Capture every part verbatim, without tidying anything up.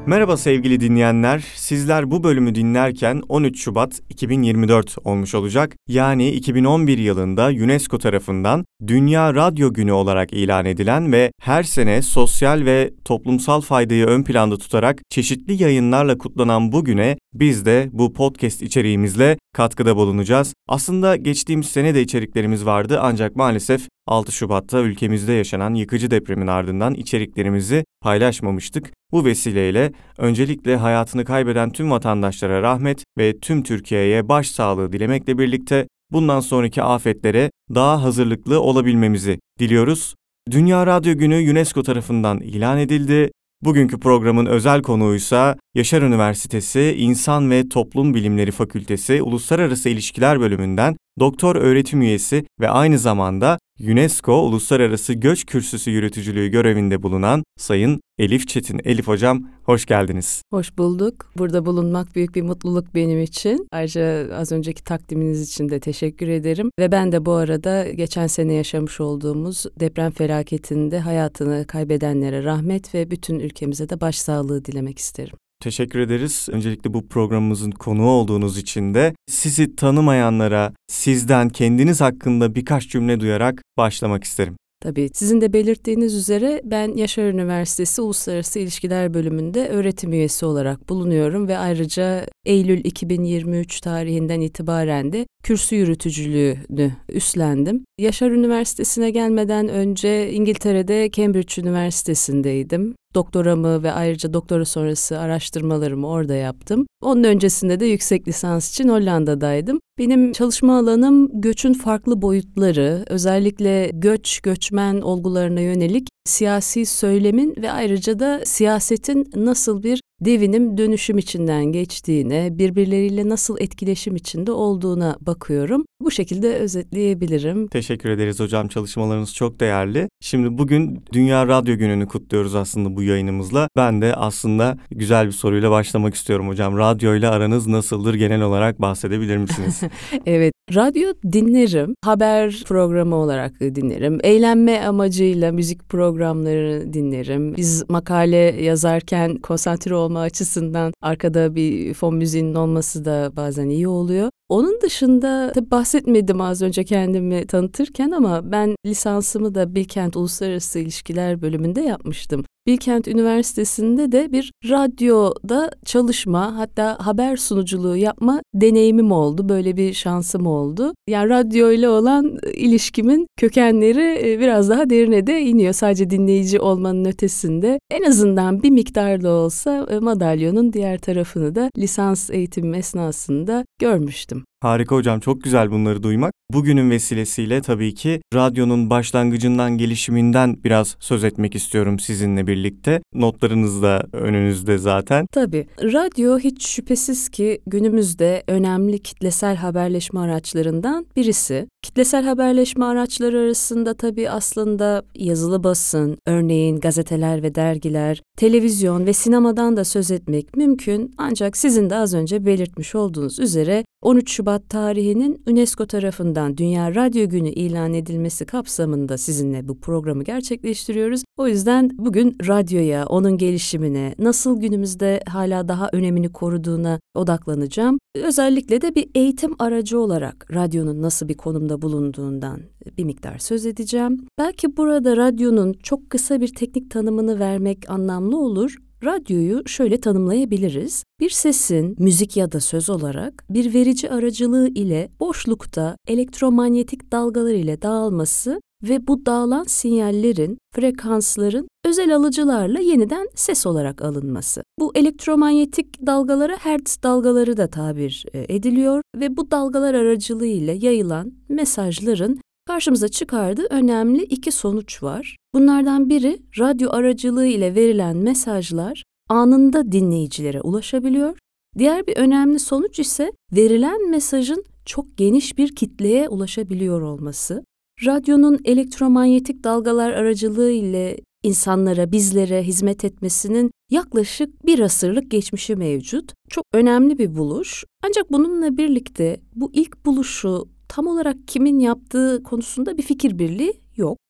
Merhaba sevgili dinleyenler, sizler bu bölümü dinlerken on üç Şubat iki bin yirmi dört olmuş olacak. Yani iki bin on bir yılında UNESCO tarafından Dünya Radyo Günü olarak ilan edilen ve her sene sosyal ve toplumsal faydayı ön planda tutarak çeşitli yayınlarla kutlanan bu güne biz de bu podcast içeriğimizle katkıda bulunacağız. Aslında geçtiğimiz sene de içeriklerimiz vardı ancak maalesef altı Şubat'ta ülkemizde yaşanan yıkıcı depremin ardından içeriklerimizi paylaşmamıştık. Bu vesileyle öncelikle hayatını kaybeden tüm vatandaşlara rahmet ve tüm Türkiye'ye başsağlığı dilemekle birlikte bundan sonraki afetlere daha hazırlıklı olabilmemizi diliyoruz. Dünya Radyo Günü UNESCO tarafından ilan edildi. Bugünkü programın özel konuğuysa Yaşar Üniversitesi İnsan ve Toplum Bilimleri Fakültesi Uluslararası İlişkiler Bölümünden doktor öğretim üyesi ve aynı zamanda UNESCO Uluslararası Göç Kürsüsü Yürütücülüğü görevinde bulunan Sayın Elif Çetin. Elif Hocam, hoş geldiniz. Hoş bulduk. Burada bulunmak büyük bir mutluluk benim için. Ayrıca az önceki takdiminiz için de teşekkür ederim. Ve ben de bu arada geçen sene yaşamış olduğumuz deprem felaketinde hayatını kaybedenlere rahmet ve bütün ülkemize de başsağlığı dilemek isterim. Teşekkür ederiz. Öncelikle bu programımızın konuğu olduğunuz için de sizi tanımayanlara sizden kendiniz hakkında birkaç cümle duyarak başlamak isterim. Tabii sizin de belirttiğiniz üzere ben Yaşar Üniversitesi Uluslararası İlişkiler Bölümünde öğretim üyesi olarak bulunuyorum ve ayrıca Eylül iki bin yirmi üç tarihinden itibaren de kürsü yürütücülüğünü üstlendim. Yaşar Üniversitesi'ne gelmeden önce İngiltere'de Cambridge Üniversitesi'ndeydim. Doktoramı ve ayrıca doktora sonrası araştırmalarımı orada yaptım. Onun öncesinde de yüksek lisans için Hollanda'daydım. Benim çalışma alanım göçün farklı boyutları, özellikle göç, göçmen olgularına yönelik siyasi söylemin ve ayrıca da siyasetin nasıl bir devinim, dönüşüm içinden geçtiğine, birbirleriyle nasıl etkileşim içinde olduğuna bakıyorum. Bu şekilde özetleyebilirim. Teşekkür ederiz hocam. Çalışmalarınız çok değerli. Şimdi bugün Dünya Radyo Günü'nü kutluyoruz aslında bu yayınımızla. Ben de aslında güzel bir soruyla başlamak istiyorum hocam. Radyoyla aranız nasıldır? Genel olarak bahsedebilir misiniz? Evet, radyo dinlerim. Haber programı olarak dinlerim. Eğlenme amacıyla müzik programları dinlerim. Biz makale yazarken konsantre olma açısından arkada bir fon müziğinin olması da bazen iyi oluyor. Onun dışında tabii bahsetmedim az önce kendimi tanıtırken ama ben lisansımı da Bilkent Uluslararası İlişkiler Bölümünde yapmıştım. Bilkent Üniversitesi'nde de bir radyoda çalışma, hatta haber sunuculuğu yapma deneyimim oldu. Böyle bir şansım oldu. Yani radyoyla olan ilişkimin kökenleri biraz daha derine de iniyor. Sadece dinleyici olmanın ötesinde en azından bir miktar da olsa madalyonun diğer tarafını da lisans eğitimim esnasında görmüştüm. Harika hocam, çok güzel bunları duymak. Bugünün vesilesiyle tabii ki radyonun başlangıcından, gelişiminden biraz söz etmek istiyorum sizinle birlikte. Notlarınız da önünüzde zaten. Tabii. Radyo hiç şüphesiz ki günümüzde önemli kitlesel haberleşme araçlarından birisi. Kitlesel haberleşme araçları arasında tabii aslında yazılı basın, örneğin gazeteler ve dergiler, televizyon ve sinemadan da söz etmek mümkün. Ancak sizin de az önce belirtmiş olduğunuz üzere on üç Şubat tarihinin UNESCO tarafından Dünya Radyo Günü ilan edilmesi kapsamında sizinle bu programı gerçekleştiriyoruz. O yüzden bugün radyoya, onun gelişimine, nasıl günümüzde hala daha önemini koruduğuna odaklanacağım. Özellikle de bir eğitim aracı olarak radyonun nasıl bir konumda bulunduğundan bir miktar söz edeceğim. Belki burada radyonun çok kısa bir teknik tanımını vermek anlamlı olur. Radyoyu şöyle tanımlayabiliriz. Bir sesin müzik ya da söz olarak bir verici aracılığı ile boşlukta elektromanyetik dalgalar ile dağılması ve bu dağılan sinyallerin, frekansların özel alıcılarla yeniden ses olarak alınması. Bu elektromanyetik dalgalara hertz dalgaları da tabir ediliyor ve bu dalgalar aracılığı ile yayılan mesajların karşımıza çıkardığı önemli iki sonuç var. Bunlardan biri radyo aracılığı ile verilen mesajlar anında dinleyicilere ulaşabiliyor. Diğer bir önemli sonuç ise verilen mesajın çok geniş bir kitleye ulaşabiliyor olması. Radyonun elektromanyetik dalgalar aracılığı ile insanlara, bizlere hizmet etmesinin yaklaşık bir asırlık geçmişi mevcut. Çok önemli bir buluş. Ancak bununla birlikte bu ilk buluşu tam olarak kimin yaptığı konusunda bir fikir birliği yok.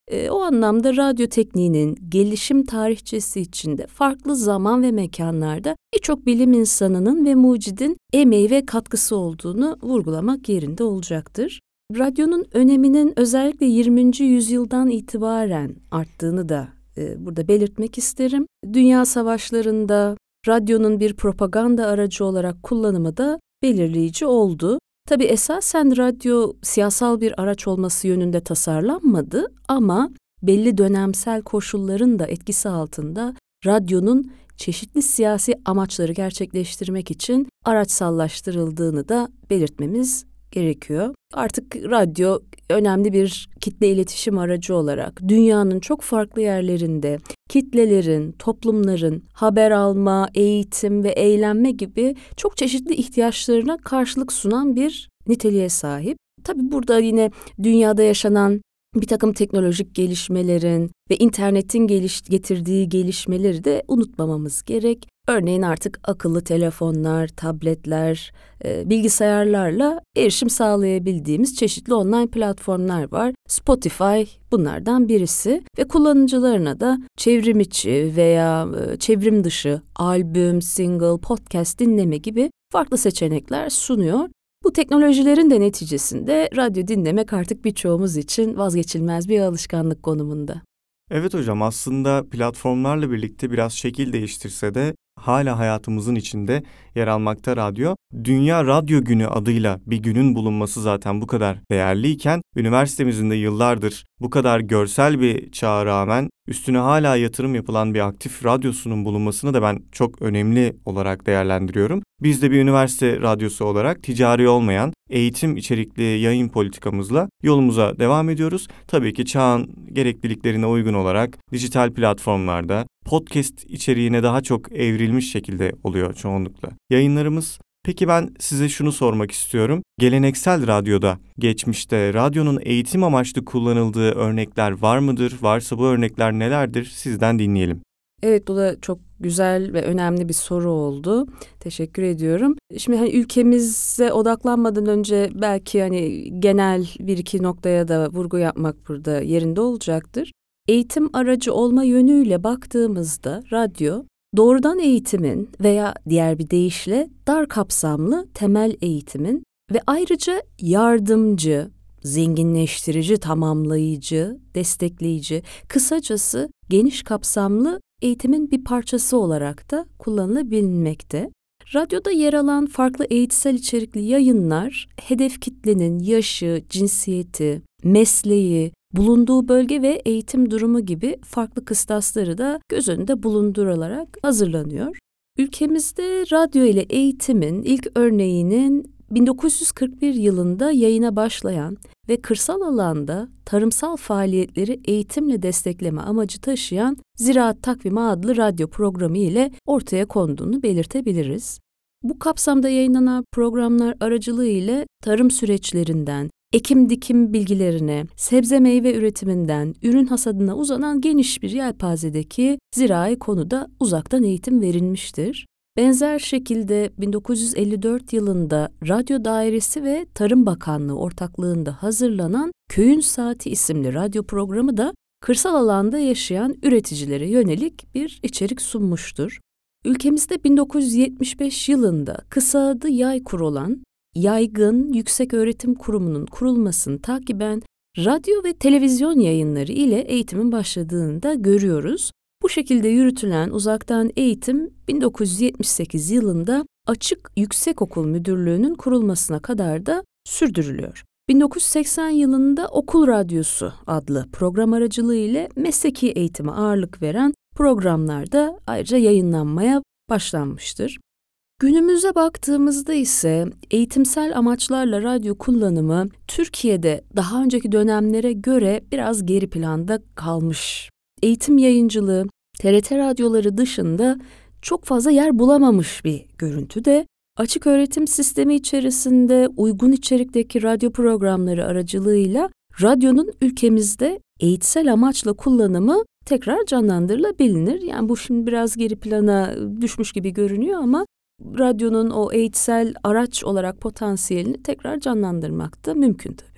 E, o anlamda radyo tekniğinin gelişim tarihçesi içinde farklı zaman ve mekanlarda birçok bilim insanının ve mucidin emeği ve katkısı olduğunu vurgulamak yerinde olacaktır. Radyonun öneminin özellikle yirminci yüzyıldan itibaren arttığını da e, burada belirtmek isterim. Dünya savaşlarında radyonun bir propaganda aracı olarak kullanımı da belirleyici oldu. Tabii esasen radyo siyasal bir araç olması yönünde tasarlanmadı ama belli dönemsel koşulların da etkisi altında radyonun çeşitli siyasi amaçları gerçekleştirmek için araçsallaştırıldığını da belirtmemiz gerekiyor. Artık radyo önemli bir kitle iletişim aracı olarak dünyanın çok farklı yerlerinde kitlelerin, toplumların haber alma, eğitim ve eğlenme gibi çok çeşitli ihtiyaçlarına karşılık sunan bir niteliğe sahip. Tabii burada yine dünyada yaşanan bir takım teknolojik gelişmelerin ve internetin geliş, getirdiği gelişmeleri de unutmamamız gerek. Örneğin artık akıllı telefonlar, tabletler, e, bilgisayarlarla erişim sağlayabildiğimiz çeşitli online platformlar var. Spotify bunlardan birisi ve kullanıcılarına da çevrim içi veya e, çevrim dışı albüm, single, podcast dinleme gibi farklı seçenekler sunuyor. Bu teknolojilerin de neticesinde radyo dinlemek artık birçoğumuz için vazgeçilmez bir alışkanlık konumunda. Evet hocam, aslında platformlarla birlikte biraz şekil değiştirse de hala hayatımızın içinde yer almakta radyo. Dünya Radyo Günü adıyla bir günün bulunması zaten bu kadar değerliyken üniversitemizin de yıllardır bu kadar görsel bir çağa rağmen üstüne hala yatırım yapılan bir aktif radyosunun bulunmasını da ben çok önemli olarak değerlendiriyorum. Biz de bir üniversite radyosu olarak ticari olmayan eğitim içerikli yayın politikamızla yolumuza devam ediyoruz. Tabii ki çağın gerekliliklerine uygun olarak dijital platformlarda podcast içeriğine daha çok evrilmiş şekilde oluyor çoğunlukla yayınlarımız. Peki ben size şunu sormak istiyorum. Geleneksel radyoda geçmişte radyonun eğitim amaçlı kullanıldığı örnekler var mıdır? Varsa bu örnekler nelerdir? Sizden dinleyelim. Evet, bu da çok güzel ve önemli bir soru oldu. Teşekkür ediyorum. Şimdi hani ülkemize odaklanmadan önce belki hani genel bir iki noktaya da vurgu yapmak burada yerinde olacaktır. Eğitim aracı olma yönüyle baktığımızda radyo doğrudan eğitimin veya diğer bir deyişle dar kapsamlı temel eğitimin ve ayrıca yardımcı, zenginleştirici, tamamlayıcı, destekleyici, kısacası geniş kapsamlı eğitimin bir parçası olarak da kullanılabilmekte. Radyoda yer alan farklı eğitsel içerikli yayınlar, hedef kitlenin yaşı, cinsiyeti, mesleği, bulunduğu bölge ve eğitim durumu gibi farklı kıstasları da göz önünde bulundurularak hazırlanıyor. Ülkemizde radyo ile eğitimin ilk örneğinin bin dokuz yüz kırk bir yılında yayına başlayan ve kırsal alanda tarımsal faaliyetleri eğitimle destekleme amacı taşıyan Ziraat Takvimi adlı radyo programı ile ortaya konduğunu belirtebiliriz. Bu kapsamda yayınlanan programlar aracılığıyla tarım süreçlerinden, ekim dikim bilgilerine, sebze meyve üretiminden, ürün hasadına uzanan geniş bir yelpazedeki zirai konuda uzaktan eğitim verilmiştir. Benzer şekilde bin dokuz yüz elli dört yılında Radyo Dairesi ve Tarım Bakanlığı ortaklığında hazırlanan Köyün Saati isimli radyo programı da kırsal alanda yaşayan üreticilere yönelik bir içerik sunmuştur. Ülkemizde bin dokuz yüz yetmiş beş yılında kısa adı Yaykur olan Yaygın Yükseköğretim Kurumu'nun kurulmasını takiben radyo ve televizyon yayınları ile eğitimin başladığını da görüyoruz. Bu şekilde yürütülen uzaktan eğitim bin dokuz yüz yetmiş sekiz yılında Açık Yüksekokul Müdürlüğü'nün kurulmasına kadar da sürdürülüyor. bin dokuz yüz seksen yılında Okul Radyosu adlı program aracılığı ile mesleki eğitime ağırlık veren programlar da ayrıca yayınlanmaya başlanmıştır. Günümüze baktığımızda ise eğitimsel amaçlarla radyo kullanımı Türkiye'de daha önceki dönemlere göre biraz geri planda kalmış. Eğitim yayıncılığı, T R T radyoları dışında çok fazla yer bulamamış bir görüntüde. Açık öğretim sistemi içerisinde uygun içerikteki radyo programları aracılığıyla radyonun ülkemizde eğitsel amaçla kullanımı tekrar canlandırılabilir. Yani bu şimdi biraz geri plana düşmüş gibi görünüyor ama radyonun o eğitsel araç olarak potansiyelini tekrar canlandırmak da mümkün tabii.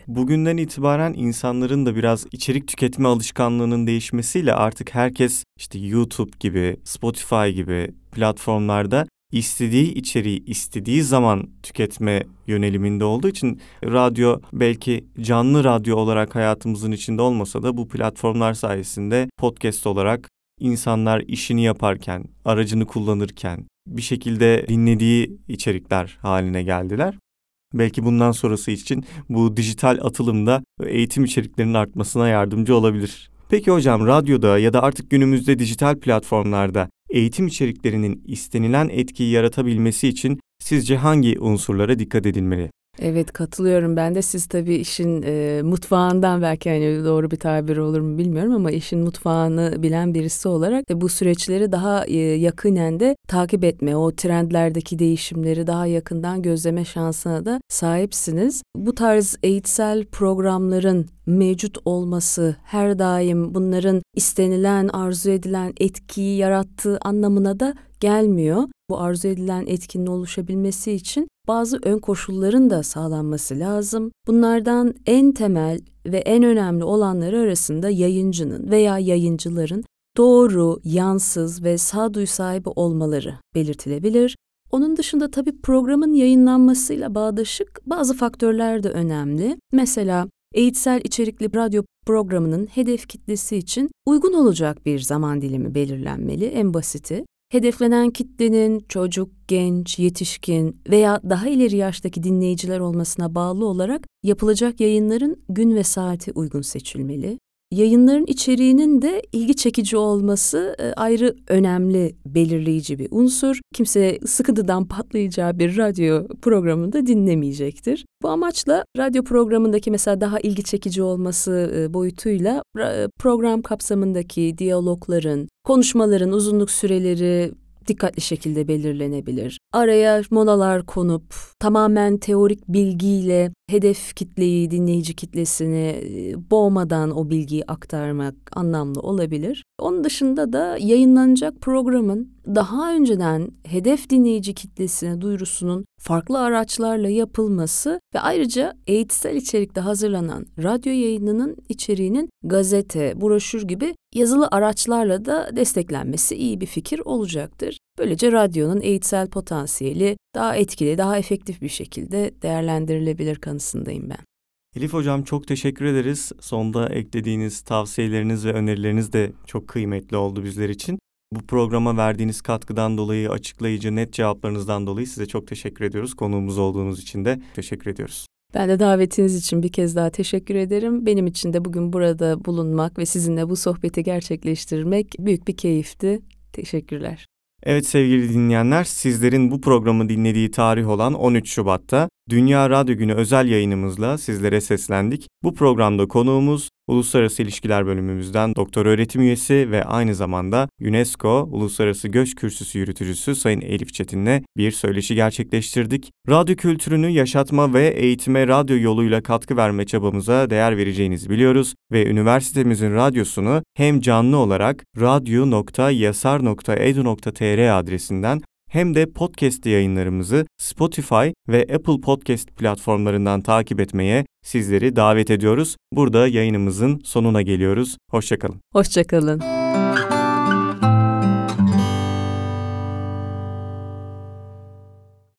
Bugünden itibaren insanların da biraz içerik tüketme alışkanlığının değişmesiyle artık herkes işte YouTube gibi, Spotify gibi platformlarda istediği içeriği istediği zaman tüketme yöneliminde olduğu için radyo belki canlı radyo olarak hayatımızın içinde olmasa da bu platformlar sayesinde podcast olarak insanlar işini yaparken, aracını kullanırken bir şekilde dinlediği içerikler haline geldiler. Belki bundan sonrası için bu dijital atılımda eğitim içeriklerinin artmasına yardımcı olabilir. Peki hocam, radyoda ya da artık günümüzde dijital platformlarda eğitim içeriklerinin istenilen etkiyi yaratabilmesi için sizce hangi unsurlara dikkat edilmeli? Evet, katılıyorum ben de. Siz tabii işin e, mutfağından, belki hani doğru bir tabir olur mu bilmiyorum ama işin mutfağını bilen birisi olarak e, bu süreçleri daha e, yakinen de takip etme, o trendlerdeki değişimleri daha yakından gözleme şansına da sahipsiniz. Bu tarz eğitsel programların mevcut olması her daim bunların istenilen, arzu edilen etkiyi yarattığı anlamına da gelmiyor. Bu arzu edilen etkinin oluşabilmesi için bazı ön koşulların da sağlanması lazım. Bunlardan en temel ve en önemli olanları arasında yayıncının veya yayıncıların doğru, yansız ve sağduyu sahibi olmaları belirtilebilir. Onun dışında tabii programın yayınlanmasıyla bağdaşık bazı faktörler de önemli. Mesela eğitsel içerikli radyo programının hedef kitlesi için uygun olacak bir zaman dilimi belirlenmeli, en basiti. Hedeflenen kitlenin çocuk, genç, yetişkin veya daha ileri yaştaki dinleyiciler olmasına bağlı olarak yapılacak yayınların gün ve saati uygun seçilmeli. Yayınların içeriğinin de ilgi çekici olması ayrı önemli, belirleyici bir unsur. Kimse sıkıntıdan patlayacağı bir radyo programında dinlemeyecektir. Bu amaçla radyo programındaki mesela daha ilgi çekici olması boyutuyla program kapsamındaki diyalogların, konuşmaların uzunluk süreleri dikkatli şekilde belirlenebilir. Araya molalar konup tamamen teorik bilgiyle hedef kitleyi, dinleyici kitlesini boğmadan o bilgiyi aktarmak anlamlı olabilir. Onun dışında da yayınlanacak programın daha önceden hedef dinleyici kitlesine duyurusunun farklı araçlarla yapılması ve ayrıca eğitsel içerikte hazırlanan radyo yayınının içeriğinin gazete, broşür gibi yazılı araçlarla da desteklenmesi iyi bir fikir olacaktır. Böylece radyonun eğitsel potansiyeli daha etkili, daha efektif bir şekilde değerlendirilebilir kanısındayım ben. Elif Hocam, çok teşekkür ederiz. Sonda eklediğiniz tavsiyeleriniz ve önerileriniz de çok kıymetli oldu bizler için. Bu programa verdiğiniz katkıdan dolayı, açıklayıcı, net cevaplarınızdan dolayı size çok teşekkür ediyoruz. Konuğumuz olduğunuz için de teşekkür ediyoruz. Ben de davetiniz için bir kez daha teşekkür ederim. Benim için de bugün burada bulunmak ve sizinle bu sohbeti gerçekleştirmek büyük bir keyifti. Teşekkürler. Evet sevgili dinleyenler, sizlerin bu programı dinlediği tarih olan on üç Şubat'ta Dünya Radyo Günü özel yayınımızla sizlere seslendik. Bu programda konuğumuz Uluslararası İlişkiler Bölümümüzden doktor öğretim üyesi ve aynı zamanda UNESCO Uluslararası Göç Kürsüsü yürütücüsü Sayın Elif Çetin'le bir söyleşi gerçekleştirdik. Radyo kültürünü yaşatma ve eğitime radyo yoluyla katkı verme çabamıza değer vereceğinizi biliyoruz ve üniversitemizin radyosunu hem canlı olarak radyo nokta yasar nokta edu nokta tr adresinden hem de podcast yayınlarımızı Spotify ve Apple Podcast platformlarından takip etmeye sizleri davet ediyoruz. Burada yayınımızın sonuna geliyoruz. Hoşça kalın. Hoşça kalın.